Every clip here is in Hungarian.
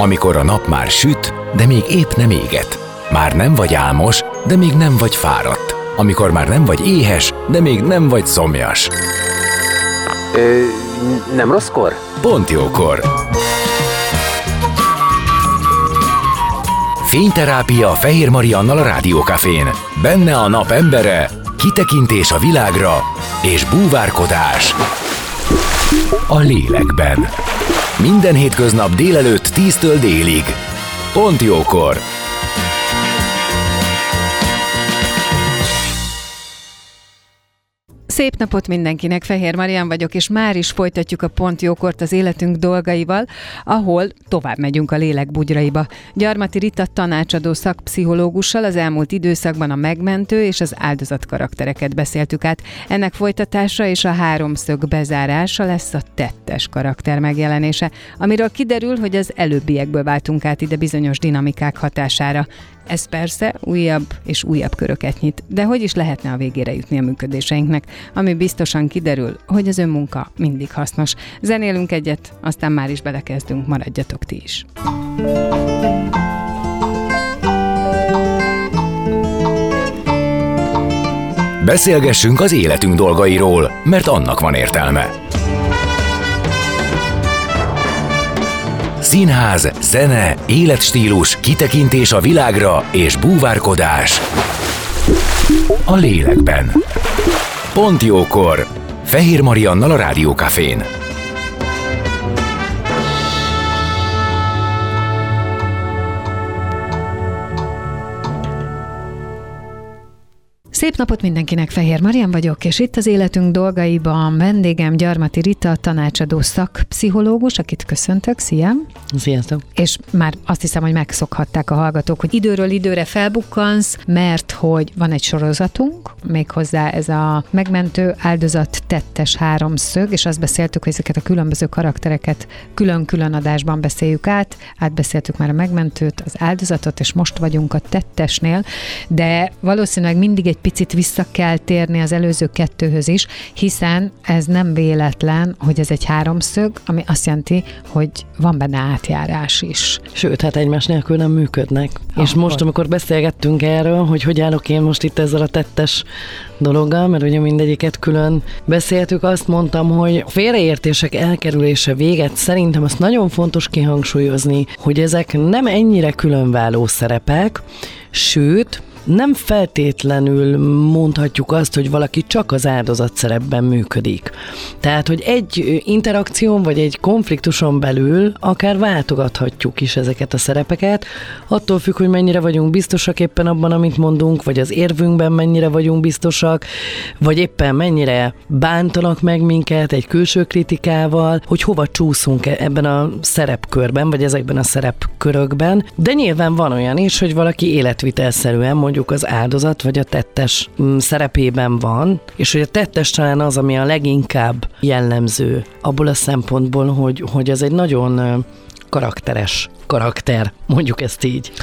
Amikor a nap már süt, de még épp nem éget. Már nem vagy álmos, de még nem vagy fáradt. Amikor már nem vagy éhes, de még nem vagy szomjas. Nem rosszkor? Pont jókor. Fényterápia Fehér Mariannal a Rádiókafén. Benne a nap embere, kitekintés a világra és búvárkodás a lélekben. Minden hétköznap délelőtt 10-től délig. Pont jókor. Szép napot mindenkinek, Fehér Marian vagyok, és már is folytatjuk a Pont jókort az életünk dolgaival, ahol tovább megyünk a lélek bugyraiba. Gyarmati Rita tanácsadó szakpszichológussal az elmúlt időszakban a megmentő és az áldozat karaktereket beszéltük át. Ennek folytatása és a háromszög bezárása lesz a tettes karakter megjelenése, amiről kiderül, hogy az előbbiekből váltunk át ide bizonyos dinamikák hatására. Ez persze újabb és újabb köröket nyit, de hogy is lehetne a végére jutni a működéseinknek, ami biztosan kiderül, hogy az önmunka mindig hasznos. Zenélünk egyet, aztán már is belekezdünk, maradjatok ti is. Beszélgessünk az életünk dolgairól, mert annak van értelme. Színház, zene, életstílus, kitekintés a világra és búvárkodás a lélekben. Pont jókor. Fehér Mariannal a Rádiókafén. Szép napot mindenkinek, Fehér Marian vagyok, és itt az életünk dolgaiban vendégem Gyarmati Rita, tanácsadó szakpszichológus, akit köszöntök, szia! Sziasztok! És már azt hiszem, hogy megszokhatták a hallgatók, hogy időről időre felbukkansz, mert hogy van egy sorozatunk, méghozzá ez a megmentő áldozat tettes háromszög, és azt beszéltük, hogy ezeket a különböző karaktereket külön-külön adásban beszéljük át, átbeszéltük már a megmentőt, az áldozatot, és most vagyunk a tettesnél, de valószínűleg mindig egy picit vissza kell térni az előző kettőhöz is, hiszen ez nem véletlen, hogy ez egy háromszög, ami azt jelenti, hogy van benne átjárás is. Sőt, hát egymás nélkül nem működnek. Akkor. És most, amikor beszélgettünk erről, hogy állok én most itt ezzel a tettes dologgal, mert ugye mindegyiket külön beszéltük, azt mondtam, hogy félreértések elkerülése véget szerintem azt nagyon fontos kihangsúlyozni, hogy ezek nem ennyire különváló szerepek, sőt, nem feltétlenül mondhatjuk azt, hogy valaki csak az áldozat szerepben működik. Tehát, hogy egy interakción vagy egy konfliktuson belül akár váltogathatjuk is ezeket a szerepeket, attól függ, hogy mennyire vagyunk biztosak éppen abban, amit mondunk, vagy az érvünkben mennyire vagyunk biztosak, vagy éppen mennyire bántanak meg minket egy külső kritikával, hogy hova csúszunk ebben a szerepkörben, vagy ezekben a szerepkörökben. De nyilván van olyan is, hogy valaki életvitelszerűen mondjuk az áldozat vagy a tettes szerepében van, és hogy a tettes talán az, ami a leginkább jellemző abból a szempontból, hogy ez egy nagyon karakteres karakter, mondjuk ezt így.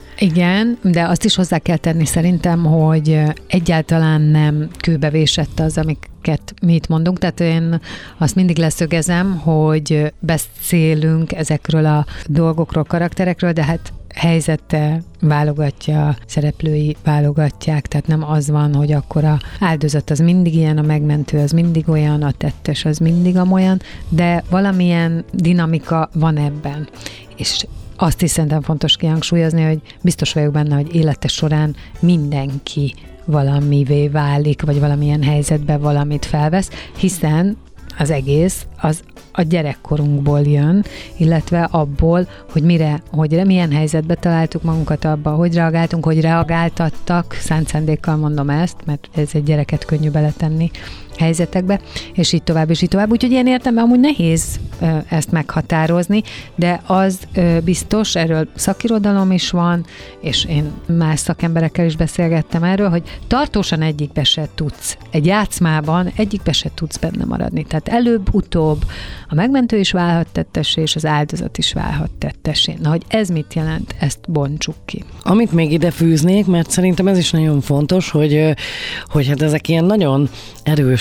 Igen, de azt is hozzá kell tenni szerintem, hogy egyáltalán nem kőbevésett az, amiket mi itt mondunk. Tehát én azt mindig leszögezem, hogy beszélünk ezekről a dolgokról, karakterekről, de hát helyzete válogatja, szereplői válogatják, tehát nem az van, hogy akkor a áldozat az mindig ilyen, a megmentő az mindig olyan, a tettes az mindig amolyan, de valamilyen dinamika van ebben. És azt is szerintem fontos kihangsúlyozni, hogy biztos vagyok benne, hogy élete során mindenki valamivé válik, vagy valamilyen helyzetben valamit felvesz, hiszen az egész az a gyerekkorunkból jön, illetve abból, hogy milyen helyzetbe találtuk magunkat abba, hogy reagáltunk, hogy reagáltattak, szánt szándékkal mondom ezt, mert ez egy gyereket könnyű beletenni helyzetekbe, és így tovább, és így tovább. Úgyhogy ilyen értelemben amúgy nehéz ezt meghatározni, de az biztos, erről szakirodalom is van, és én más szakemberekkel is beszélgettem erről, hogy tartósan egyikbe se tudsz, egy játszmában egyikbe se tudsz benne maradni. Tehát előbb-utóbb a megmentő is válhat tettessé, és az áldozat is válhat tettessé. Na, hogy ez mit jelent, ezt bontsuk ki. Amit még ide fűznék, mert szerintem ez is nagyon fontos, hogy hát ezek ilyen nagyon erős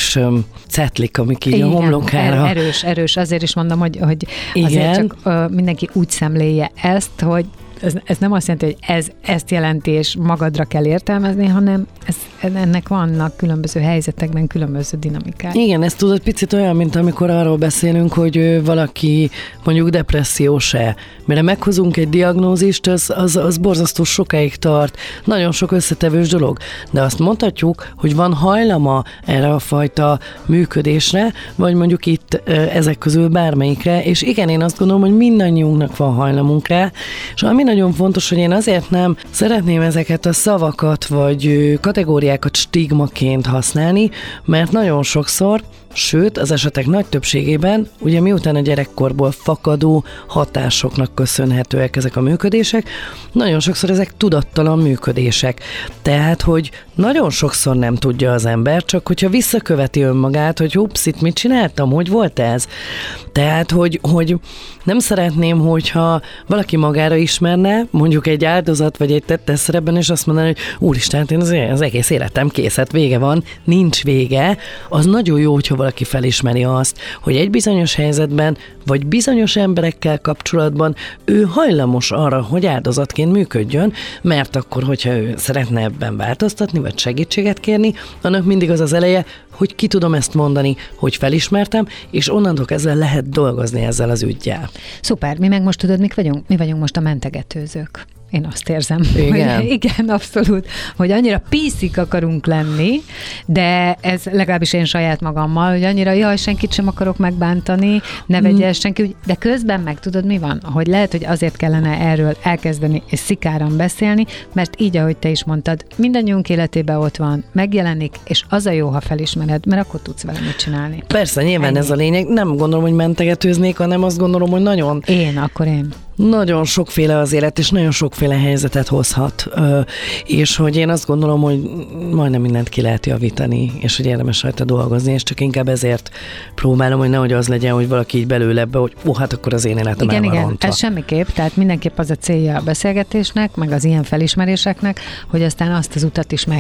kis cetlik, amik így a homlokára. Erős. Azért is mondom, hogy azért csak mindenki úgy szemléje ezt, hogy ez nem azt jelenti, hogy ezt jelenti, és magadra kell értelmezni, hanem ennek vannak különböző helyzetekben különböző dinamikák. Igen, ez tudod picit olyan, mint amikor arról beszélünk, hogy valaki mondjuk depressziós-e. Mire meghozunk egy diagnózist, az borzasztó sokáig tart. Nagyon sok összetevős dolog. De azt mondhatjuk, hogy van hajlama erre a fajta működésre, vagy mondjuk itt ezek közül bármelyikre, és igen, én azt gondolom, hogy mindannyiunknak van hajlamunk rá, és ami nagyon fontos, hogy én azért nem szeretném ezeket a szavakat, vagy kategóriákat stigmaként használni, mert nagyon sokszor, sőt, az esetek nagy többségében, ugye miután a gyerekkorból fakadó hatásoknak köszönhetőek ezek a működések, nagyon sokszor ezek tudattalan működések. Tehát, hogy nagyon sokszor nem tudja az ember, csak hogyha visszaköveti önmagát, hogy ups, itt mit csináltam, hogy volt ez? Tehát, hogy nem szeretném, hogyha valaki magára ismerne, mondjuk egy áldozat vagy egy tettes szerepben, és azt mondaná, hogy úristen, én az egész életem kész, hát vége van, nincs vége. Az nagyon jó, hogyha valaki felismeri azt, hogy egy bizonyos helyzetben, vagy bizonyos emberekkel kapcsolatban ő hajlamos arra, hogy áldozatként működjön, mert akkor, hogyha ő szeretne ebben változtatni, vagy segítséget kérni, annak mindig az eleje, hogy ki tudom ezt mondani, hogy felismertem, és onnantól kezdve lehet dolgozni ezzel az üggyel. Szuper, mi meg most tudod, mi vagyunk most a mentegetőzők. Én azt érzem. Igen. Hogy, igen, abszolút, hogy annyira píszik akarunk lenni, de ez legalábbis én saját magammal, hogy annyira, senkit sem akarok megbántani, ne vegye senki, de közben meg tudod, mi van? Hogy lehet, hogy azért kellene erről elkezdeni és szikáran beszélni, mert így, ahogy te is mondtad, mindannyiunk életében ott van, megjelenik, és az a jó, ha felismered, mert akkor tudsz vele mit csinálni. Persze, nyilván ez a lényeg. Nem gondolom, hogy mentegetőznék, hanem azt gondolom, hogy nagyon... Én. Nagyon sokféle az élet, és nagyon sokféle helyzetet hozhat. És hogy én azt gondolom, hogy majdnem mindent ki lehet javítani, és hogy érdemes rajta dolgozni, és csak inkább ezért próbálom, hogy nehogy az legyen, hogy valaki így belül ebbe, hogy hát akkor az én életem el van rontva. Ez semmiképp, tehát mindenképp az a célja a beszélgetésnek, meg az ilyen felismeréseknek, hogy aztán azt az utat is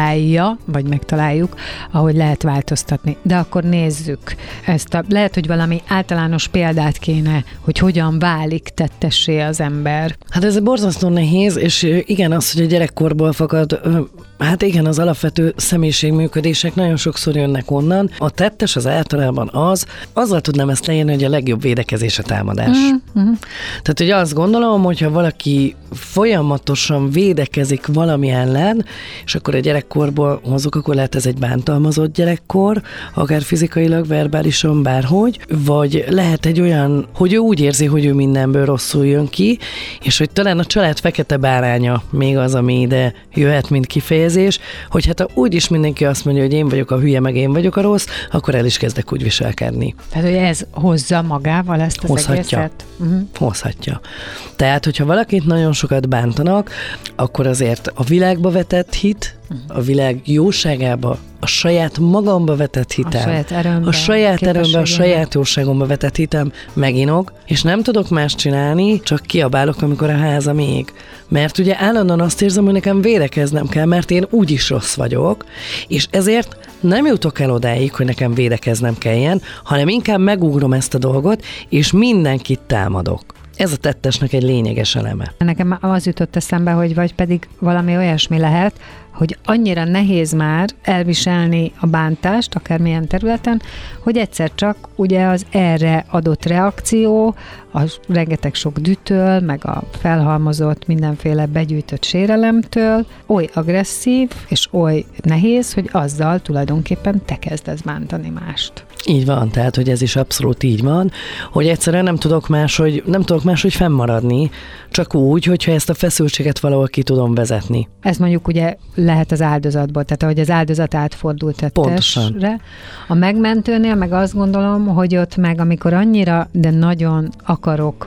megtaláljuk, ahogy lehet változtatni. De akkor nézzük ezt lehet, hogy valami általános példát kéne, hogy hogyan válik tettessé az ember. Hát ez borzasztó nehéz, és igen, az, hogy a gyerekkorból fakad, hát igen, az alapvető személyiségműködések nagyon sokszor jönnek onnan. A tettes az általában azzal tudnám ezt leírni, hogy a legjobb védekezés a támadás. Tehát, hogy azt gondolom, hogyha valaki folyamatosan védekezik valami ellen, és akkor a gyerekkorból hozzuk, akkor lehet ez egy bántalmazott gyerekkor, akár fizikailag, verbálisan, bárhogy, vagy lehet egy olyan, hogy ő úgy érzi, hogy ő mindenből rosszul jön ki, és hogy talán a család fekete báránya még az, ami ide jöhet, mint kifejezés, hogy hát úgyis mindenki azt mondja, hogy én vagyok a hülye, meg én vagyok a rossz, akkor el is kezdek úgy viselkedni. Tehát, hogy ez hozza magával ezt az egészet? Hozhatja. Tehát, hogyha valakit nagyon sokat bántanak, akkor azért a világba vetett hit, a világ jóságába, a saját magamba vetett hitem, a saját erőmbe, a saját jóságomba vetett hitem meginog, és nem tudok más csinálni, csak kiabálok, amikor a házam ég. Mert ugye állandóan azt érzem, hogy nekem védekeznem kell, mert én úgyis rossz vagyok, és ezért nem jutok el odáig, hogy nekem védekeznem kelljen, hanem inkább megugrom ezt a dolgot, és mindenkit támadok. Ez a tettesnek egy lényeges eleme. Nekem az jutott eszembe, hogy vagy pedig valami olyasmi lehet, hogy annyira nehéz már elviselni a bántást, akármilyen területen, hogy egyszer csak ugye az erre adott reakció, a rengeteg sok dühtől, meg a felhalmozott mindenféle begyűjtött sérelemtől oly agresszív és oly nehéz, hogy azzal tulajdonképpen te kezdesz bántani mást. Így van, tehát, hogy ez is abszolút így van, hogy egyszerűen nem tudok máshogy fennmaradni, csak úgy, hogyha ezt a feszültséget valahol ki tudom vezetni. Ez mondjuk ugye lehet az áldozatból, tehát ahogy az áldozat átfordult tettesre. A megmentőnél meg azt gondolom, hogy ott meg amikor annyira, de nagyon akarok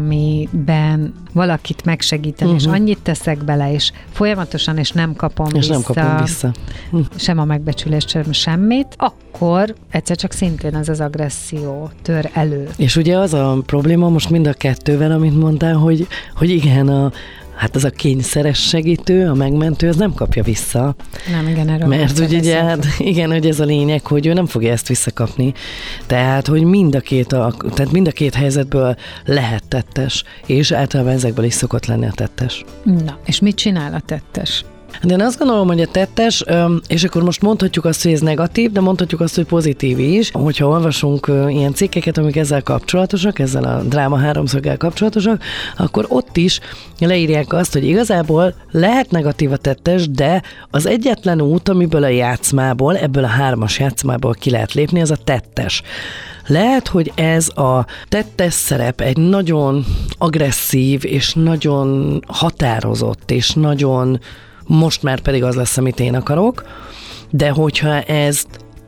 valamiben valakit megsegíteni, és annyit teszek bele, és folyamatosan, és nem kapom vissza. Sem a megbecsülést, sem semmit, akkor egyszer csak szintén az agresszió tör elő. És ugye az a probléma most mind a kettővel, amit mondtál, hogy igen, hát ez a kényszeres segítő, a megmentő, az nem kapja vissza. Nem, igen, erről. Mert ugye, hát, igen, hogy ez a lényeg, hogy ő nem fogja ezt visszakapni. Tehát, hogy mind a két helyzetből lehet tettes, és általában ezekből is szokott lenni a tettes. Na, és mit csinál a tettes? De én azt gondolom, hogy a tettes, és akkor most mondhatjuk azt, hogy ez negatív, de mondhatjuk azt, hogy pozitív is. Hogyha olvasunk ilyen cikkeket, amik ezzel kapcsolatosak, ezzel a dráma háromszöggel kapcsolatosak, akkor ott is leírják azt, hogy igazából lehet negatív a tettes, de az egyetlen út, amiből a játszmából, ebből a 3-as játszmából ki lehet lépni, az a tettes. Lehet, hogy ez a tettes szerep egy nagyon agresszív, és nagyon határozott, és nagyon most már pedig az lesz, amit én akarok, de hogyha ezt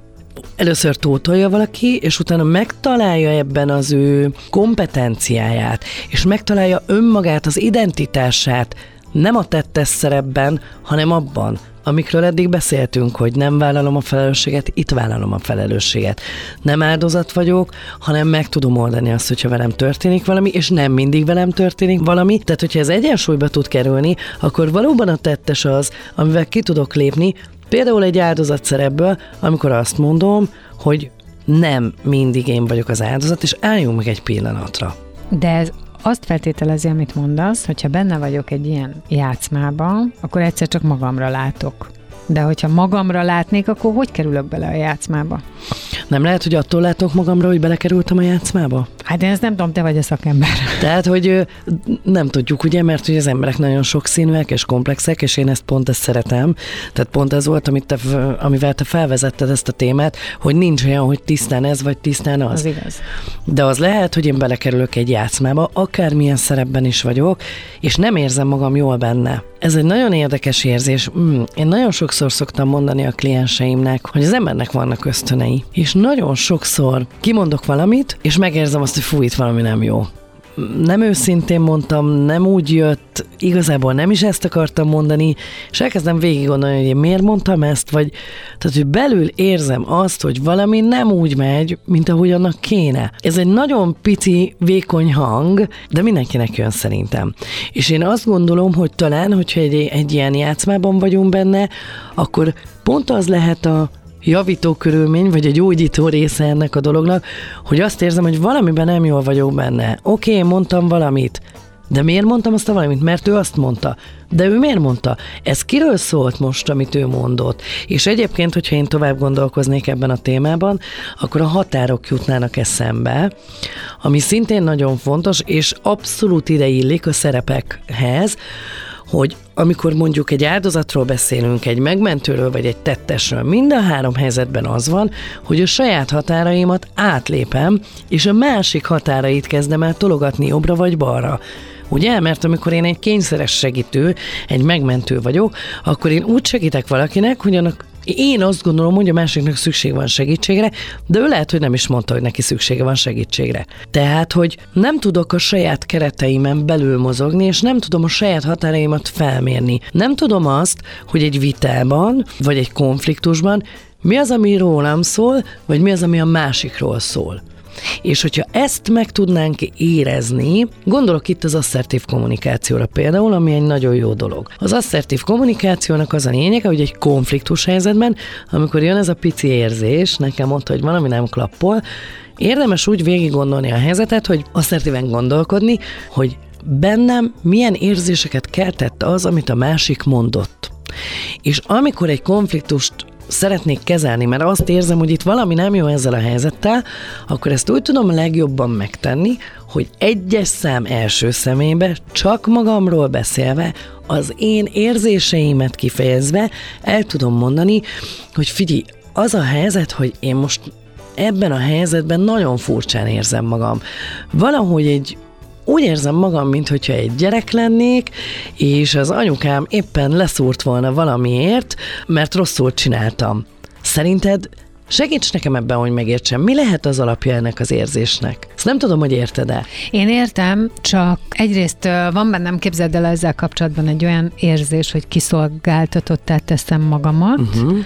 először túltolja valaki, és utána megtalálja ebben az ő kompetenciáját, és megtalálja önmagát, az identitását, nem a tettes szerepben, hanem abban, amikről eddig beszéltünk, hogy nem vállalom a felelősséget, itt vállalom a felelősséget. Nem áldozat vagyok, hanem meg tudom oldani azt, hogyha velem történik valami, és nem mindig velem történik valami. Tehát, hogyha ez egyensúlyba tud kerülni, akkor valóban a tettes az, amivel ki tudok lépni, például egy áldozat szerepből, amikor azt mondom, hogy nem mindig én vagyok az áldozat, és álljunk meg egy pillanatra. De ez azt feltételezi, amit mondasz, hogyha benne vagyok egy ilyen játszmában, akkor egyszer csak magamra látok. De hogyha magamra látnék, akkor hogy kerülök bele a játszmába? Nem lehet, hogy attól látok magamra, hogy belekerültem a játszmába? Hát én ezt nem tudom, te vagy a szakember. Tehát, hogy nem tudjuk, ugye, mert hogy az emberek nagyon sokszínűek és komplexek, és én ezt szeretem. Tehát pont ez volt, amivel te felvezetted ezt a témát, hogy nincs olyan, hogy tisztán ez, vagy tisztán az. Az igaz. De az lehet, hogy én belekerülök egy játszmába, akármilyen szerepben is vagyok, és nem érzem magam jól benne. Ez egy nagyon érdekes érzés. Én nagyon sokszor szoktam mondani a klienseimnek, hogy az embernek vannak ösztönei, és nagyon sokszor kimondok valamit, és megérzem azt, hogy fú, itt valami nem jó. Nem őszintén mondtam, nem úgy jött, igazából nem is ezt akartam mondani, és elkezdem végig gondolni, hogy én miért mondtam ezt, vagy tehát, hogy belül érzem azt, hogy valami nem úgy megy, mint ahogy annak kéne. Ez egy nagyon pici, vékony hang, de mindenkinek jön szerintem. És én azt gondolom, hogy talán, hogyha egy ilyen játszmában vagyunk benne, akkor pont az lehet a javító körülmény, vagy egy gyógyító része ennek a dolognak, hogy azt érzem, hogy valamiben nem jól vagyok benne. Oké, én mondtam valamit, de miért mondtam azt a valamit? Mert ő azt mondta. De ő miért mondta? Ez kiről szólt most, amit ő mondott? És egyébként, hogyha én tovább gondolkoznék ebben a témában, akkor a határok jutnának eszembe, ami szintén nagyon fontos, és abszolút ideillik a szerepekhez, hogy amikor mondjuk egy áldozatról beszélünk, egy megmentőről vagy egy tettesről, mind a 3 helyzetben az van, hogy a saját határaimat átlépem, és a másik határait kezdem el tologatni jobbra vagy balra. Ugye? Mert amikor én egy kényszeres segítő, egy megmentő vagyok, akkor én úgy segítek valakinek, hogy annak én azt gondolom, hogy a másiknak szükség van segítségre, de ő lehet, hogy nem is mondta, hogy neki szüksége van segítségre. Tehát, hogy nem tudok a saját kereteimen belül mozogni, és nem tudom a saját határaimat felmérni. Nem tudom azt, hogy egy vitában, vagy egy konfliktusban mi az, ami rólam szól, vagy mi az, ami a másikról szól. És hogyha ezt meg tudnánk érezni, gondolok itt az asszertív kommunikációra például, ami egy nagyon jó dolog. Az asszertív kommunikációnak az a lényege, hogy egy konfliktus helyzetben, amikor jön ez a pici érzés, nekem ott, hogy valami nem klappol, érdemes úgy végig gondolni a helyzetet, hogy asszertíven gondolkodni, hogy bennem milyen érzéseket keltett az, amit a másik mondott. És amikor egy konfliktust szeretnék kezelni, mert azt érzem, hogy itt valami nem jó ezzel a helyzettel, akkor ezt úgy tudom legjobban megtenni, hogy egyes szám első személybe, csak magamról beszélve, az én érzéseimet kifejezve el tudom mondani, hogy figyelj, az a helyzet, hogy én most ebben a helyzetben nagyon furcsán érzem magam. Valahogy úgy érzem magam, mintha egy gyerek lennék, és az anyukám éppen leszúrt volna valamiért, mert rosszul csináltam. Szerinted segíts nekem ebben, hogy megértsem, mi lehet az alapja ennek az érzésnek? Ezt nem tudom, hogy érted-e. Én értem, csak egyrészt van bennem, képzeld el ezzel kapcsolatban egy olyan érzés, hogy kiszolgáltatottá teszem magamat.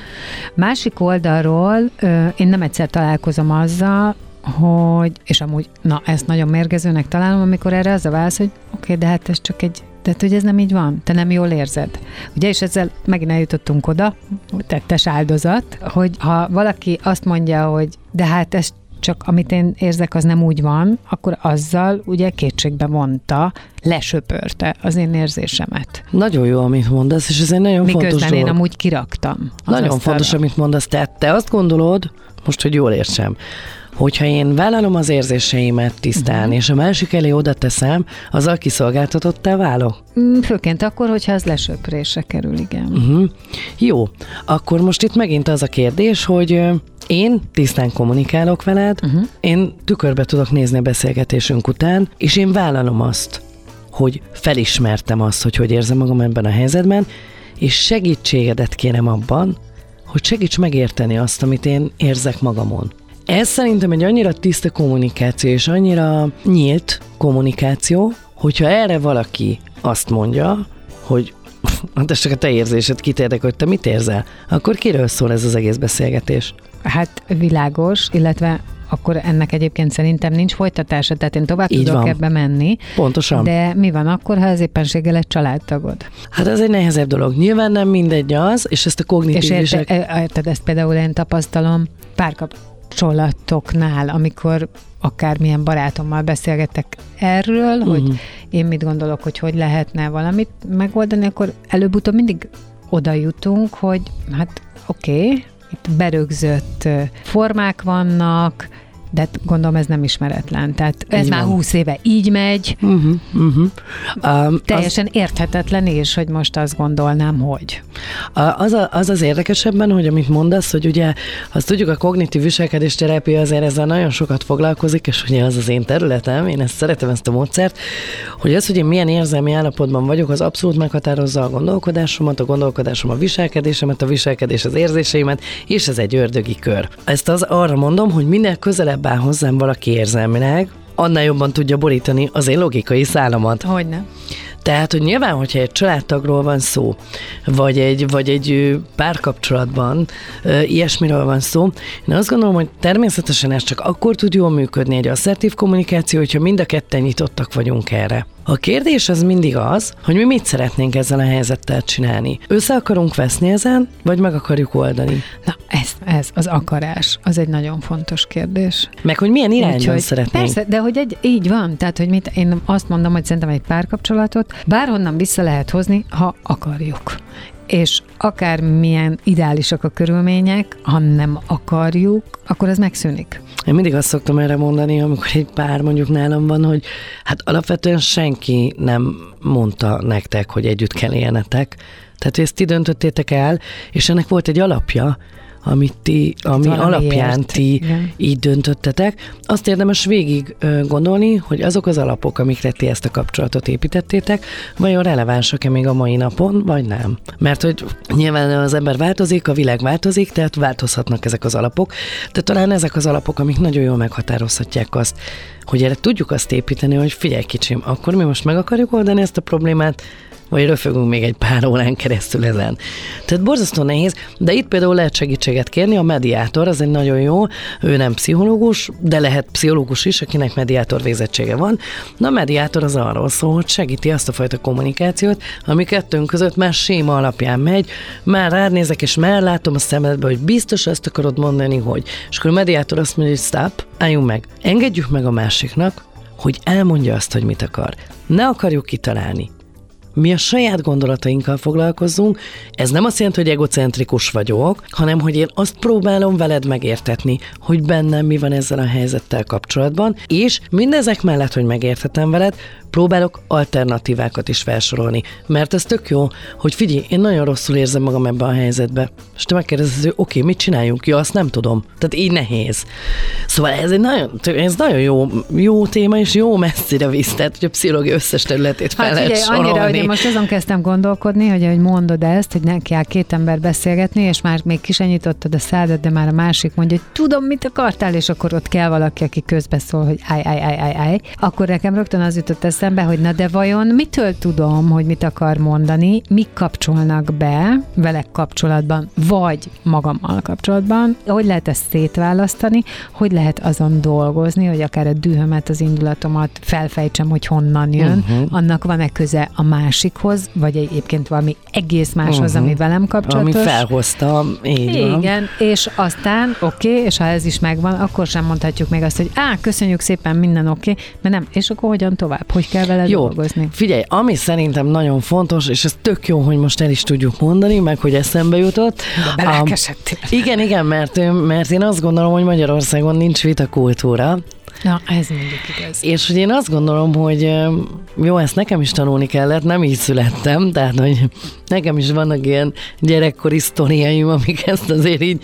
Másik oldalról én nem egyszer találkozom azzal, hogy, és amúgy, ezt nagyon mérgezőnek találom, amikor erre az a válasz, hogy oké, de hát ez csak egy Tehát, hogy ez nem így van, te nem jól érzed. Ugye, és ezzel megint eljutottunk oda, tettes áldozat, hogy ha valaki azt mondja, hogy de hát ez csak amit én érzek, az nem úgy van, akkor azzal ugye kétségbe vonta, lesöpörte az én érzésemet. Nagyon jó, amit mondasz, és ez egy nagyon fontos dolog. Miközben én amúgy kiraktam. Nagyon fontos, amit mondasz. Tehát te azt gondolod, most, hogy jól értsem, hogyha én vállalom az érzéseimet tisztán, és a másik elé oda teszem, azzal kiszolgáltatottá válok? Főként akkor, hogyha az lesöprésre kerül, igen. Jó, akkor most itt megint az a kérdés, hogy én tisztán kommunikálok veled, én tükörbe tudok nézni a beszélgetésünk után, és én vállalom azt, hogy felismertem azt, hogy érzem magam ebben a helyzetben, és segítségedet kérem abban, hogy segíts megérteni azt, amit én érzek magamon. Ez szerintem egy annyira tiszta kommunikáció, és annyira nyílt kommunikáció, hogyha erre valaki azt mondja, hogy hát ez csak a te érzésed, kit érdekel, hogy te mit érzel, akkor kiről szól ez az egész beszélgetés? Hát világos, illetve akkor ennek egyébként szerintem nincs folytatása, tehát én tovább Így tudok van. ebbe menni. Pontosan. De mi van akkor, ha az éppenséggel egy családtagod? Hát ez egy nehezebb dolog. Nyilván nem mindegy az, és ezt a kognitív És érted, ezt például én tapasztalom párkapcsolatoknál, amikor akármilyen barátommal beszélgetek erről, hogy én mit gondolok, hogy lehetne valamit megoldani, akkor előbb-utóbb mindig oda jutunk, hogy hát oké, itt berögzött formák vannak, de gondolom ez nem ismeretlen. Tehát ez Így már van. 20 éve így megy. Teljesen érthetetlen is, hogy most azt gondolnám, hogy. Az érdekesebben, hogy amit mondasz, hogy ugye azt tudjuk, a kognitív viselkedésterápia azért ezzel nagyon sokat foglalkozik, és ugye az én területem, én ezt szeretem, ezt a módszert, hogy az, hogy én milyen érzelmi állapotban vagyok, az abszolút meghatározza a gondolkodásomat, a gondolkodásom a viselkedésemet, a viselkedés az érzéseimet, és ez egy ördögi kör. Ezt arra mondom, hogy minél közelebb áll hozzám valaki érzelmileg, annál jobban tudja borítani az én logikai szálamat. Hogyne. Tehát, hogy nyilván, hogyha egy családtagról van szó, vagy egy párkapcsolatban ilyesmiről van szó, én azt gondolom, hogy természetesen ez csak akkor tud jól működni egy asszertív kommunikáció, hogyha mind a ketten nyitottak vagyunk erre. A kérdés az mindig az, hogy mi mit szeretnénk ezzel a helyzettel csinálni. Össze akarunk veszni ezen, vagy meg akarjuk oldani? Na, ez az akarás, az egy nagyon fontos kérdés. Meg hogy milyen irányban Úgyhogy szeretnénk. Persze, de hogy így van, tehát hogy én azt mondom, hogy szerintem egy párkapcsolatot bárhonnan vissza lehet hozni, ha akarjuk. És akármilyen ideálisak a körülmények, ha nem akarjuk, akkor ez megszűnik. Én mindig azt szoktam erre mondani, amikor egy pár mondjuk nálam van, hogy hát alapvetően senki nem mondta nektek, hogy együtt kell élnetek. Tehát, hogy ezt ti döntöttétek el, és ennek volt egy alapja, ami alapján ti így döntöttetek. Azt érdemes végig gondolni, hogy azok az alapok, amikre ti ezt a kapcsolatot építettétek, vajon relevánsak-e még a mai napon, vagy nem. Mert hogy nyilván az ember változik, a világ változik, tehát változhatnak ezek az alapok, de talán ezek az alapok, amik nagyon jól meghatározhatják azt, hogy erre tudjuk azt építeni, hogy figyelj kicsim, akkor mi most meg akarjuk oldani ezt a problémát, vagy röfögünk még egy pár órán keresztül ezen. Tehát borzasztó nehéz, de itt például lehet segítséget kérni, a mediátor, az egy nagyon jó, ő nem pszichológus, de lehet pszichológus is, akinek mediátor végzettsége van. Na, a mediátor az arról szól, hogy segíti azt a fajta kommunikációt, ami kettőnk között már séma alapján megy, már rád nézek, és már látom a szemedbe, hogy biztos azt akarod mondani, hogy. És akkor a mediátor azt mondja, hogy stop, álljunk meg, engedjük meg a másiknak, hogy elmondja azt, hogy mit akar. Ne akarjuk kitalálni. Mi a saját gondolatainkkal foglalkozzunk, ez nem azt jelenti, hogy egocentrikus vagyok, hanem hogy én azt próbálom veled megértetni, hogy bennem mi van ezzel a helyzettel kapcsolatban, és mindezek mellett, hogy megérthetem veled, próbálok alternatívákat is felsorolni, mert ez tök jó, hogy figyelj, én nagyon rosszul érzem magam ebben a helyzetben, és te megkérdezed, hogy oké, mit csináljunk? Ja, azt nem tudom. Tehát így nehéz. Szóval ez nagyon jó téma, és jó messzire visz, tehát hogy a pszichológia összes területét fel lehet sorolni. Annyira, hogy én most azon kezdtem gondolkodni, hogy mondod ezt, hogy neki kell két ember beszélgetni, és már még ki sem nyitottad a szádat, de már a másik mondja, hogy tudom, mit akartál, és akkor ott kell valaki, aki közbeszól, hogy állj. Akkor nekem rögtön az jutott eszembe, eszembe, hogy na de vajon mitől tudom, hogy mit akar mondani, mik kapcsolnak be vele kapcsolatban, vagy magammal kapcsolatban, hogy lehet ezt szétválasztani, hogy lehet azon dolgozni, hogy akár a dühömet, az indulatomat felfejtsem, hogy honnan jön, annak van-e köze a másikhoz, vagy egyébként valami egész máshoz, ami velem kapcsolatos. Ami felhozta, így van. Igen, és aztán oké, és ha ez is megvan, akkor sem mondhatjuk még azt, hogy köszönjük szépen, minden oké, mert nem, és akkor hogyan tovább? Hogy kell vele dolgozni? Figyelj, ami szerintem nagyon fontos, és ez tök jó, hogy most el is tudjuk mondani, meg hogy eszembe jutott. De belelkesedtél. Igen, mert én azt gondolom, hogy Magyarországon nincs vitakultúra. Na, ez mindig igaz. És hogy én azt gondolom, hogy jó, ezt nekem is tanulni kellett, nem így születtem, tehát, hogy nekem is vannak ilyen gyerekkori sztoriaim, amik ezt azért így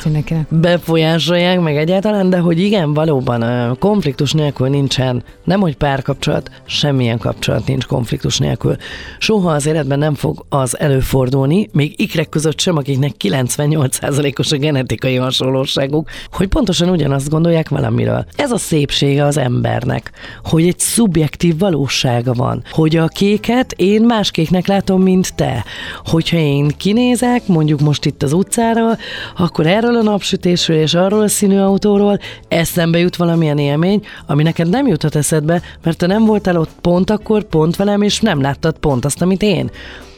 befolyásolják, meg egyáltalán, de hogy igen, valóban konfliktus nélkül nincsen, nem hogy párkapcsolat, semmilyen kapcsolat nincs konfliktus nélkül. Soha az életben nem fog az előfordulni, még ikrek között sem, akiknek 98%-os a genetikai hasonlóságuk, hogy pontosan ugyanazt gondolják valamiről. Ez a szépsége az embernek, hogy egy szubjektív valósága van, hogy a kéket én más kéknek látom, mint te. Hogyha én kinézek, mondjuk most itt az utcára, akkor erről a napsütésről és arról a színű autóról eszembe jut valamilyen élmény, ami neked nem juthat eszedbe, mert te nem voltál ott pont akkor, pont velem, és nem láttad pont azt, amit én.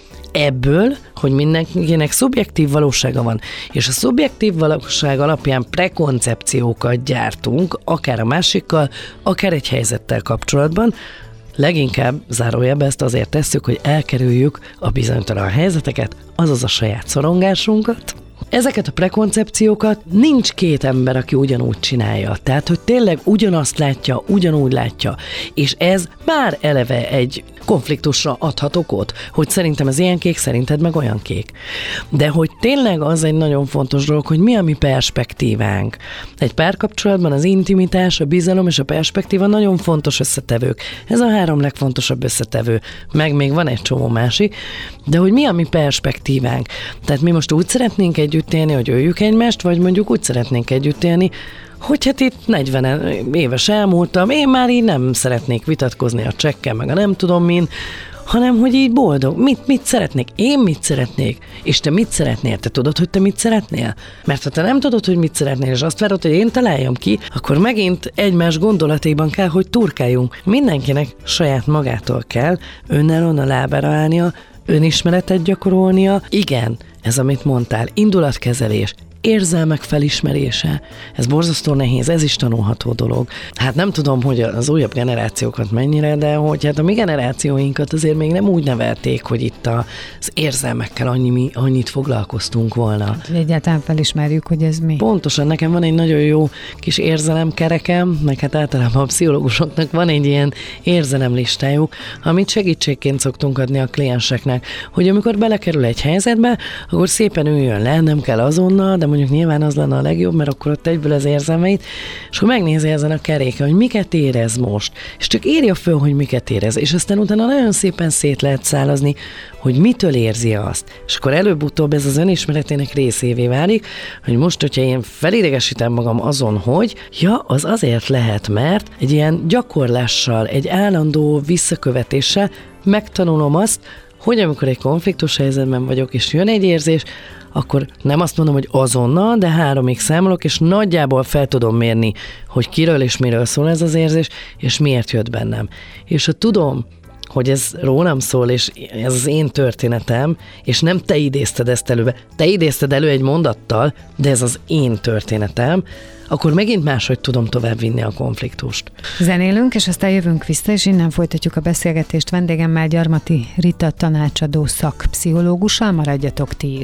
Ebből, hogy mindenkinek szubjektív valósága van, és a szubjektív valóság alapján prekoncepciókat gyártunk, akár a másikkal, akár egy helyzettel kapcsolatban, leginkább zárójelbe ezt azért tesszük, hogy elkerüljük a bizonytalan helyzeteket, azaz a saját szorongásunkat. Ezeket a prekoncepciókat nincs két ember, aki ugyanúgy csinálja. Tehát, hogy tényleg ugyanazt látja, ugyanúgy látja. És ez már eleve egy konfliktusra adhat okot, hogy szerintem ez ilyen kék, szerinted meg olyan kék. De hogy tényleg az egy nagyon fontos dolog, hogy mi a mi perspektívánk. Egy párkapcsolatban az intimitás, a bizalom és a perspektíva nagyon fontos összetevők. Ez a 3 legfontosabb összetevő. Meg még van egy csomó másik, de hogy mi a mi perspektívánk. Tehát mi most úgy szeretnénk együtt élni, hogy öljük egymást, vagy mondjuk úgy szeretnénk együtt élni, hogy hát itt 40 éves elmúltam, én már így nem szeretnék vitatkozni a csekkel, meg a nem tudom min, hanem hogy így boldog. Mit szeretnék? Én mit szeretnék? És te mit szeretnél? Te tudod, hogy te mit szeretnél? Mert ha te nem tudod, hogy mit szeretnél, és azt várod, hogy én találjam ki, akkor megint egymás gondolatében kell, hogy turkáljunk. Mindenkinek saját magától kell önállóan a lábára állnia, önismeretet gyakorolnia. Igen, ez amit mondtál, indulatkezelés, érzelmek felismerése. Ez borzasztó nehéz, ez is tanulható dolog. Hát nem tudom, hogy az újabb generációkat mennyire, de hogy hát a mi generációinkat azért még nem úgy nevelték, hogy itt az érzelmekkel annyit foglalkoztunk volna. Hát, egyáltalán felismerjük, hogy ez mi. Pontosan, nekem van egy nagyon jó kis érzelemkerekem, meg hát általában a pszichológusoknak van egy ilyen érzelemlistájuk, amit segítségként szoktunk adni a klienseknek, hogy amikor belekerül egy helyzetbe, akkor szépen üljön le, nem kell azonnal, de mondjuk nyilván az lenne a legjobb, mert akkor ott egyből az érzelmeit, és akkor megnézi ezen a keréken, hogy miket érez most, és csak írja föl, hogy miket érez, és aztán utána nagyon szépen szét lehet szálazni, hogy mitől érzi azt. És akkor előbb-utóbb ez az önismeretének részévé válik, hogy most, hogyha én felidegesítem magam azon, hogy az azért lehet, mert egy ilyen gyakorlással, egy állandó visszakövetéssel megtanulom azt, hogy amikor egy konfliktus helyzetben vagyok, és jön egy érzés, akkor nem azt mondom, hogy azonnal, de 3-ig számolok, és nagyjából fel tudom mérni, hogy kiről és miről szól ez az érzés, és miért jött bennem. És ha tudom, hogy ez rólam szól, és ez az én történetem, és nem te idézted ezt előbe. Te idézted elő egy mondattal, de ez az én történetem, akkor megint máshogy tudom továbbvinni a konfliktust. Zenélünk, és aztán jövünk vissza, és innen folytatjuk a beszélgetést vendégemmel, Gyarmati Rita tanácsadó szakpszichológussal. Maradjatok ti.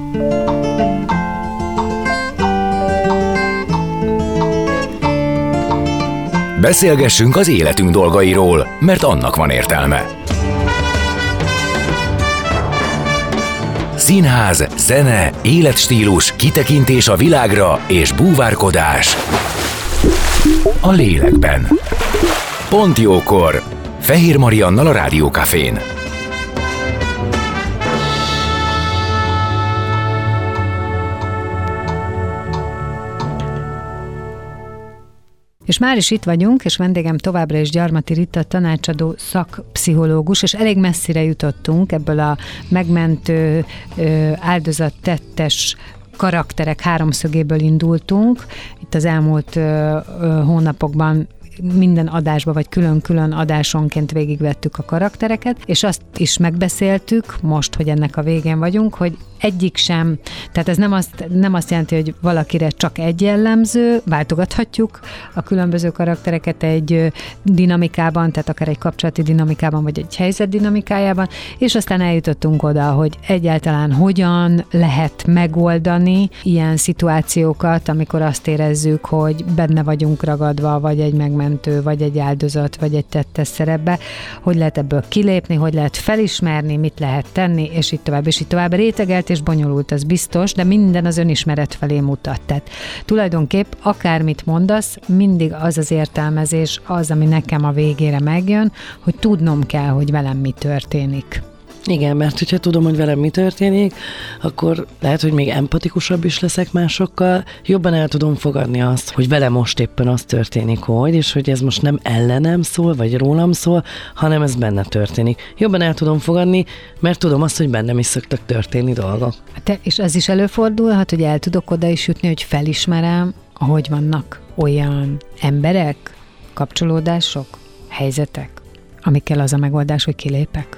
Beszélgessünk az életünk dolgairól, mert annak van értelme. Színház, zene, életstílus, kitekintés a világra és búvárkodás a lélekben. Pont jókor! Fehér Mariannal a Rádió Cafén. És már is itt vagyunk, és vendégem továbbra is Gyarmati Rita, tanácsadó szakpszichológus, és elég messzire jutottunk ebből a megmentő, áldozattettes karakterek háromszögéből indultunk. Itt az elmúlt hónapokban minden adásba, vagy külön-külön adásonként végigvettük a karaktereket, és azt is megbeszéltük most, hogy ennek a végén vagyunk, hogy egyik sem, tehát ez nem azt jelenti, hogy valakire csak egy jellemző, váltogathatjuk a különböző karaktereket egy dinamikában, tehát akár egy kapcsolati dinamikában, vagy egy helyzet dinamikájában, és aztán eljutottunk oda, hogy egyáltalán hogyan lehet megoldani ilyen szituációkat, amikor azt érezzük, hogy benne vagyunk ragadva, vagy egy megmentő, vagy egy áldozat, vagy egy tettes szerepbe, hogy lehet ebből kilépni, hogy lehet felismerni, mit lehet tenni, és így tovább, és így tovább. Rétegelt és bonyolult, az biztos, de minden az önismeret felé mutat. Tehát tulajdonképp akármit mondasz, mindig az az értelmezés, az, ami nekem a végére megjön, hogy tudnom kell, hogy velem mi történik. Igen, mert hogyha tudom, hogy velem mi történik, akkor lehet, hogy még empatikusabb is leszek másokkal, jobban el tudom fogadni azt, hogy velem most éppen az történik, és hogy ez most nem ellenem szól, vagy rólam szól, hanem ez benne történik. Jobban el tudom fogadni, mert tudom azt, hogy bennem is szoktak történni dolgok. És ez is előfordulhat, hogy el tudok oda is jutni, hogy felismerem, hogy vannak olyan emberek, kapcsolódások, helyzetek, amikkel az a megoldás, hogy kilépek.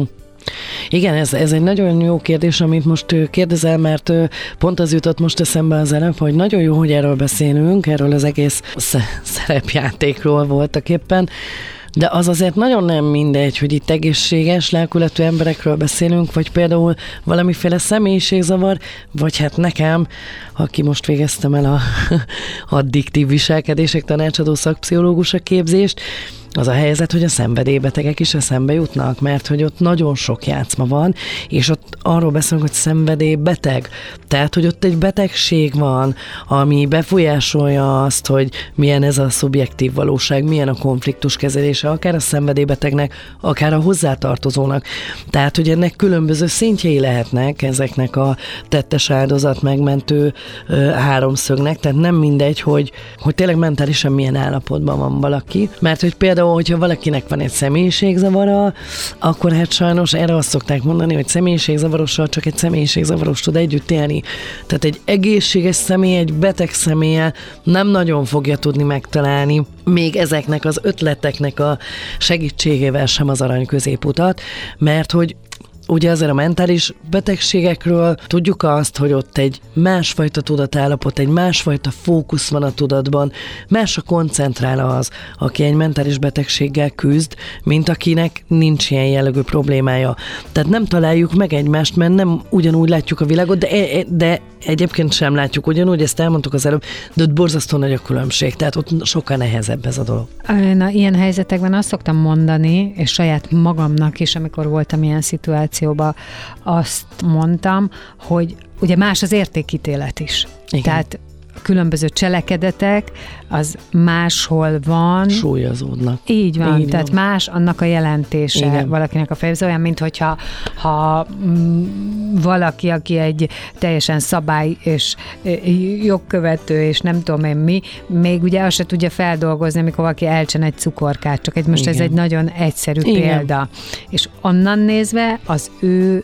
Igen, ez egy nagyon jó kérdés, amit most kérdezel, mert pont az jutott most eszembe az előbb, hogy nagyon jó, hogy erről beszélünk, erről az egész szerepjátékról voltak éppen, de az azért nagyon nem mindegy, hogy itt egészséges, lelkületű emberekről beszélünk, vagy például valamiféle személyiségzavar, vagy hát nekem, aki most végeztem el a addiktív viselkedések tanácsadó szakpszichológus képzést, az a helyzet, hogy a szenvedélybetegek is eszembe jutnak, mert hogy ott nagyon sok játszma van, és ott arról beszélünk, hogy szenvedélybeteg. Tehát, hogy ott egy betegség van, ami befolyásolja azt, hogy milyen ez a szubjektív valóság, milyen a konfliktus kezelése, akár a szenvedélybetegnek, akár a hozzátartozónak. Tehát, hogy ennek különböző szintjei lehetnek ezeknek a tettes áldozat megmentő háromszögnek, tehát nem mindegy, hogy tényleg mentálisan milyen állapotban van valaki, mert hogy például, hogyha valakinek van egy személyiségzavara, akkor hát sajnos erre azt szokták mondani, hogy személyiségzavarossal csak egy személyiségzavaros tud együtt élni. Tehát egy egészséges személy, egy beteg személlyel nem nagyon fogja tudni megtalálni még ezeknek az ötleteknek a segítségével sem az arany középutat, mert hogy ugye azért a mentális betegségekről tudjuk azt, hogy ott egy másfajta tudatállapot, egy másfajta fókusz van a tudatban, másra koncentrál az, aki egy mentális betegséggel küzd, mint akinek nincs ilyen jellegű problémája. Tehát nem találjuk meg egymást, mert nem ugyanúgy látjuk a világot, de egyébként sem látjuk ugyanúgy, ezt elmondtuk az előbb, de ott borzasztó nagy a különbség, tehát ott sokkal nehezebb ez a dolog. Na, ilyen helyzetekben azt szoktam mondani, és saját magamnak is, amikor voltam ilyen szituációban, azt mondtam, hogy ugye más az értékítélet is. Igen. Tehát különböző cselekedetek, az máshol van. Súlyozódnak. Így van, tehát más annak a jelentése. Igen. Valakinek a fejező olyan, mint hogyha valaki, aki egy teljesen szabály és jogkövető, és nem tudom én mi, még ugye azt se tudja feldolgozni, amikor valaki elcsen egy cukorkát, csak most ez egy nagyon egyszerű példa. És onnan nézve az ő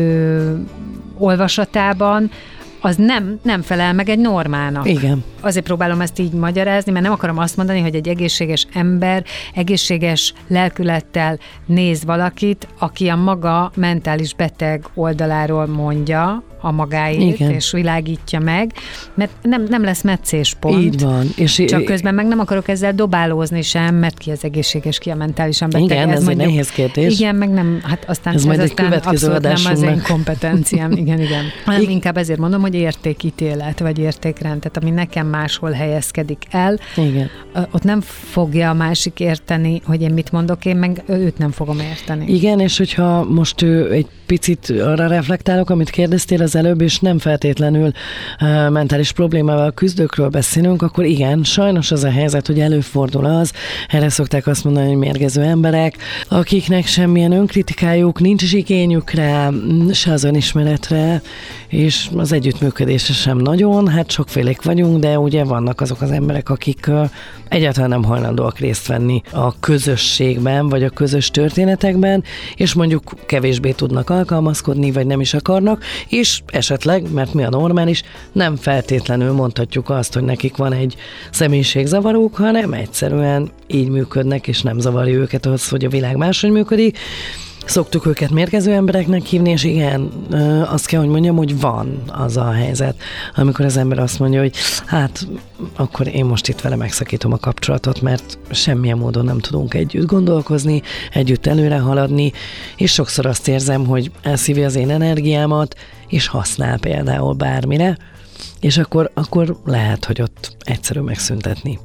olvasatában az nem felel meg egy normának. Igen. Azért próbálom ezt így magyarázni, mert nem akarom azt mondani, hogy egy egészséges ember egészséges lelkülettel néz valakit, aki a maga mentális beteg oldaláról mondja a magáét, igen, és világítja meg, mert nem lesz meccéspont. Így van. Csak közben meg nem akarok ezzel dobálózni sem, mert ki az egészséges, ki a mentálisan beteg. Igen, ez egy nehéz kérdés. Igen, meg nem, hát aztán ez majd egy következő adásunknak. Nem az én kompetenciám, igen. Hanem inkább ezért mondom, hogy értékítélet, vagy értékrend, tehát ami nekem máshol helyezkedik el, igen, ott nem fogja a másik érteni, hogy én mit mondok, én meg őt nem fogom érteni. Igen, és hogyha most egy picit arra reflektálok, amit kérdeztél, az előbb, és nem feltétlenül mentális problémával küzdőkről beszélünk, akkor igen, sajnos az a helyzet, hogy előfordul az, erre szokták azt mondani, hogy mérgező emberek, akiknek semmilyen önkritikájuk, nincs is igényük rá, se az önismeretre, és az együttműködésre sem nagyon, hát sokfélék vagyunk, de ugye vannak azok az emberek, akik egyáltalán nem hajlandóak részt venni a közösségben, vagy a közös történetekben, és mondjuk kevésbé tudnak alkalmazkodni, vagy nem is akarnak, és esetleg, mert mi a normális, nem feltétlenül mondhatjuk azt, hogy nekik van egy személyiségzavarók, hanem egyszerűen így működnek, és nem zavarja őket az, hogy a világ máshogy működik. Szoktuk őket mérgező embereknek hívni, és igen, azt kell, hogy mondjam, hogy van az a helyzet, amikor az ember azt mondja, hogy hát akkor én most itt vele megszakítom a kapcsolatot, mert semmilyen módon nem tudunk együtt gondolkozni, együtt előre haladni, és sokszor azt érzem, hogy elszívja az én energiámat, és használ például bármire, és akkor lehet, hogy ott egyszerű megszüntetni.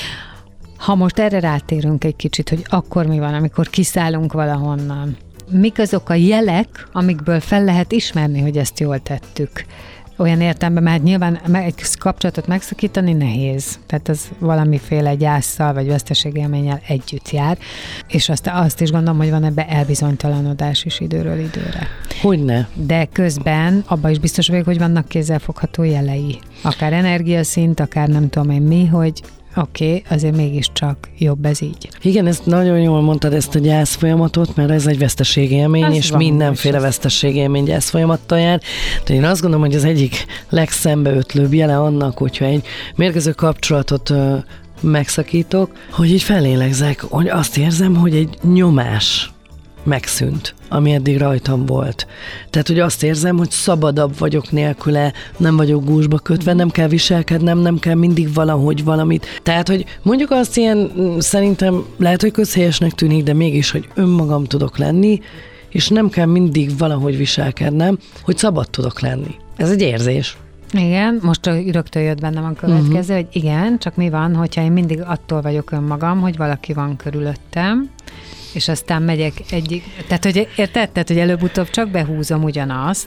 Ha most erre rátérünk egy kicsit, hogy akkor mi van, amikor kiszállunk valahonnan, mik azok a jelek, amikből fel lehet ismerni, hogy ezt jól tettük? Olyan értelemben, mert nyilván egy kapcsolatot megszakítani nehéz. Tehát az valamiféle gyásszal vagy veszteségélménnyel együtt jár, és azt is gondolom, hogy van ebbe elbizonytalanodás is időről időre. Hogyne. De közben abban is biztos vagyok, hogy vannak kézzelfogható jelei. Akár energiaszint, akár nem tudom én mi, hogy oké, azért mégiscsak jobb ez így. Igen, ezt nagyon jól mondtad, ezt a gyász folyamatot, mert ez egy veszteségélmény, és mindenféle veszteségélmény gyász folyamattal jár. De én azt gondolom, hogy az egyik legszembeötlőbb jele annak, hogyha egy mérgező kapcsolatot megszakítok, hogy így felélegzek, hogy azt érzem, hogy egy nyomás megszűnt, ami eddig rajtam volt. Tehát, hogy azt érzem, hogy szabadabb vagyok nélküle, nem vagyok gúzsba kötve, nem kell viselkednem, nem kell mindig valahogy valamit. Tehát, hogy mondjuk azt ilyen, szerintem lehet, hogy közhelyesnek tűnik, de mégis, hogy önmagam tudok lenni, és nem kell mindig valahogy viselkednem, hogy szabad tudok lenni. Ez egy érzés. Igen, most rögtön jött bennem a következő, hogy igen, csak mi van, hogyha én mindig attól vagyok önmagam, hogy valaki van körülöttem, és aztán megyek egyik... Tehát, hogy érted? Tehát, hogy előbb-utóbb csak behúzom ugyanazt,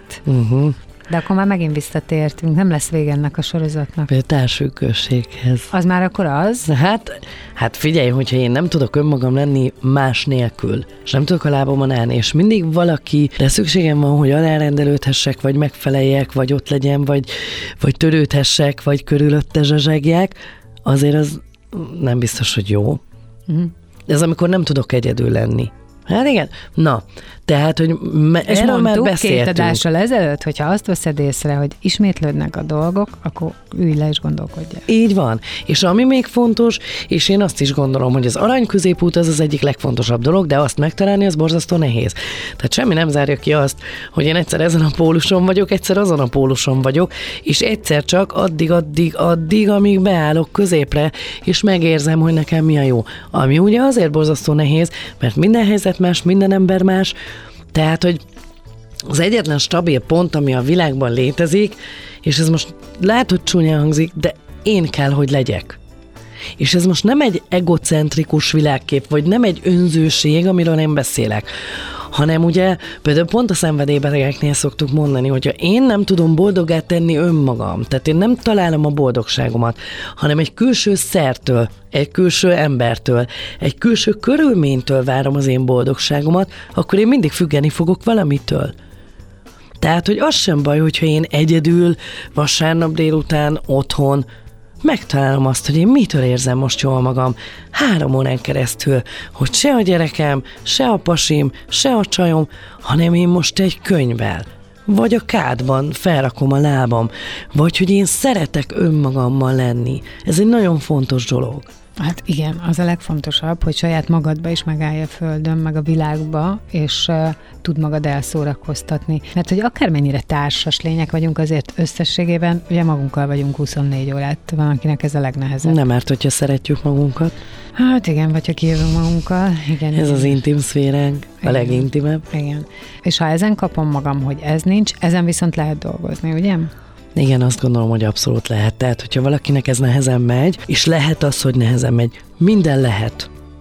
de akkor már megint visszatértünk, nem lesz vége ennek a sorozatnak. A társfüggőséghez. Az már akkor az? Hát figyelj, hogyha én nem tudok önmagam lenni más nélkül, és nem tudok a lábamon állni, és mindig valakire szükségem van, hogy alárendelődhessek, vagy megfeleljek, vagy ott legyen, vagy törődhessek, vagy körülötte zsazságják, azért az nem biztos, hogy jó. Ez amikor nem tudok egyedül lenni. Hát igen. Na, tehát, hogy és erről már beszéltünk. 2 adással ezelőtt, hogyha azt veszed észre, hogy ismétlődnek a dolgok, akkor ülj le és gondolkodj. Így van. És ami még fontos, és én azt is gondolom, hogy az arany középút az egyik legfontosabb dolog, de azt megtalálni, az borzasztó nehéz. Tehát semmi nem zárja ki azt, hogy én egyszer ezen a póluson vagyok, egyszer azon a póluson vagyok, és egyszer csak addig, amíg beállok középre, és megérzem, hogy nekem mi a jó. Ami ugye azért borzasztó nehéz, mert minden helyzet más, minden ember más, tehát, hogy az egyetlen stabil pont, ami a világban létezik, és ez most lehet, hogy csúnyán hangzik, de én kell, hogy legyek. És ez most nem egy egocentrikus világkép, vagy nem egy önzőség, amiről én beszélek, hanem ugye például pont a szenvedélybetegeknél szoktuk mondani, hogyha én nem tudom boldoggá tenni önmagam, tehát én nem találom a boldogságomat, hanem egy külső szertől, egy külső embertől, egy külső körülménytől várom az én boldogságomat, akkor én mindig függeni fogok valamitől. Tehát, hogy az sem baj, hogyha én egyedül, vasárnap délután, otthon megtalálom azt, hogy én mitől érzem most jól magam 3 órán keresztül, hogy se a gyerekem, se a pasim, se a csajom, hanem én most egy könyvvel, vagy a kádban felrakom a lábam, vagy hogy én szeretek önmagammal lenni. Ez egy nagyon fontos dolog. Hát igen, az a legfontosabb, hogy saját magadba is megállj a földön, meg a világba, és tud magad elszórakoztatni. Mert hogy akármennyire társas lények vagyunk, azért összességében ugye magunkkal vagyunk 24 órát. Van, akinek ez a legnehezebb. Nem, mert hogyha szeretjük magunkat. Hát igen, vagy ha kijövünk magunkkal. Igen, ez az intim szféránk, a legintimebb. Igen. És ha ezen kapom magam, hogy ez nincs, ezen viszont lehet dolgozni, ugye? Igen, azt gondolom, hogy abszolút lehet. Tehát, hogyha valakinek ez nehezen megy, és lehet az, hogy nehezen megy, minden lehet.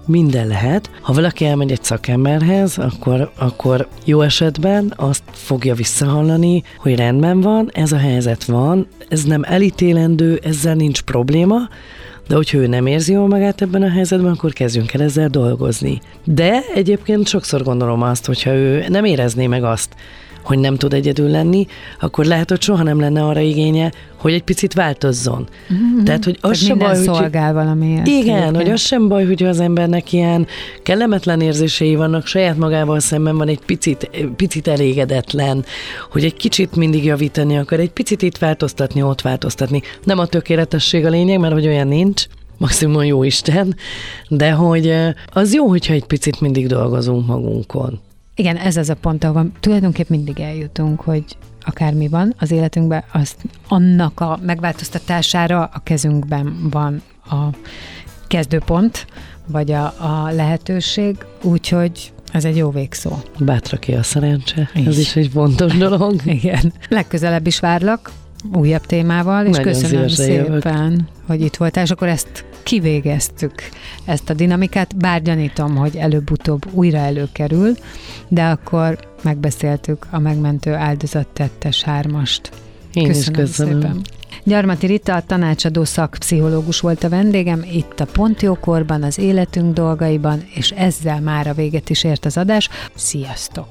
minden lehet. Ha valaki elmegy egy szakemberhez, akkor jó esetben azt fogja visszahallani, hogy rendben van, ez a helyzet van, ez nem elítélendő, ezzel nincs probléma, de hogyha ő nem érzi jól magát ebben a helyzetben, akkor kezdjünk el ezzel dolgozni. De egyébként sokszor gondolom azt, hogyha ő nem érezné meg azt, hogy nem tud egyedül lenni, akkor lehet, hogy soha nem lenne arra igénye, hogy egy picit változzon. Mm-hmm. Tehát, hogy az sem baj, szolgál valamiért. Igen, hogy az sem baj, hogy az embernek ilyen kellemetlen érzései vannak, saját magával szemben van egy picit elégedetlen, hogy egy kicsit mindig javítani akar, egy picit itt változtatni, ott változtatni. Nem a tökéletesség a lényeg, mert hogy olyan nincs, maximum jó Isten, de hogy az jó, hogyha egy picit mindig dolgozunk magunkon. Igen, ez az a pont, ahol tulajdonképp mindig eljutunk, hogy akármi van az életünkben, azt annak a megváltoztatására a kezünkben van a kezdőpont, vagy a lehetőség, úgyhogy ez egy jó végszó. Bátraké a szerencse, ez is egy fontos dolog. Igen. Legközelebb is várlak újabb témával, és nagyon köszönöm szépen, jövök. hogy itt voltál, és akkor ezt kivégeztük, ezt a dinamikát, bár gyanítom, hogy előbb-utóbb újra előkerül, de akkor megbeszéltük a megmentő áldozattettes 3-ast. Én is köszönöm. Szépen. Gyarmati Rita, a tanácsadó szakpszichológus volt a vendégem, itt a Pont Jókorban, az életünk dolgaiban, és ezzel már a véget is ért az adás. Sziasztok!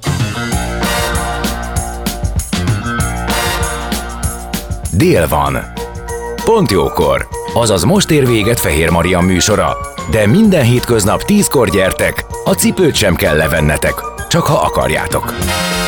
Dél van. Pont jókor. Azaz most ér véget Fehér Maria műsora. De minden hétköznap 10-kor gyertek, a cipőt sem kell levennetek, csak ha akarjátok.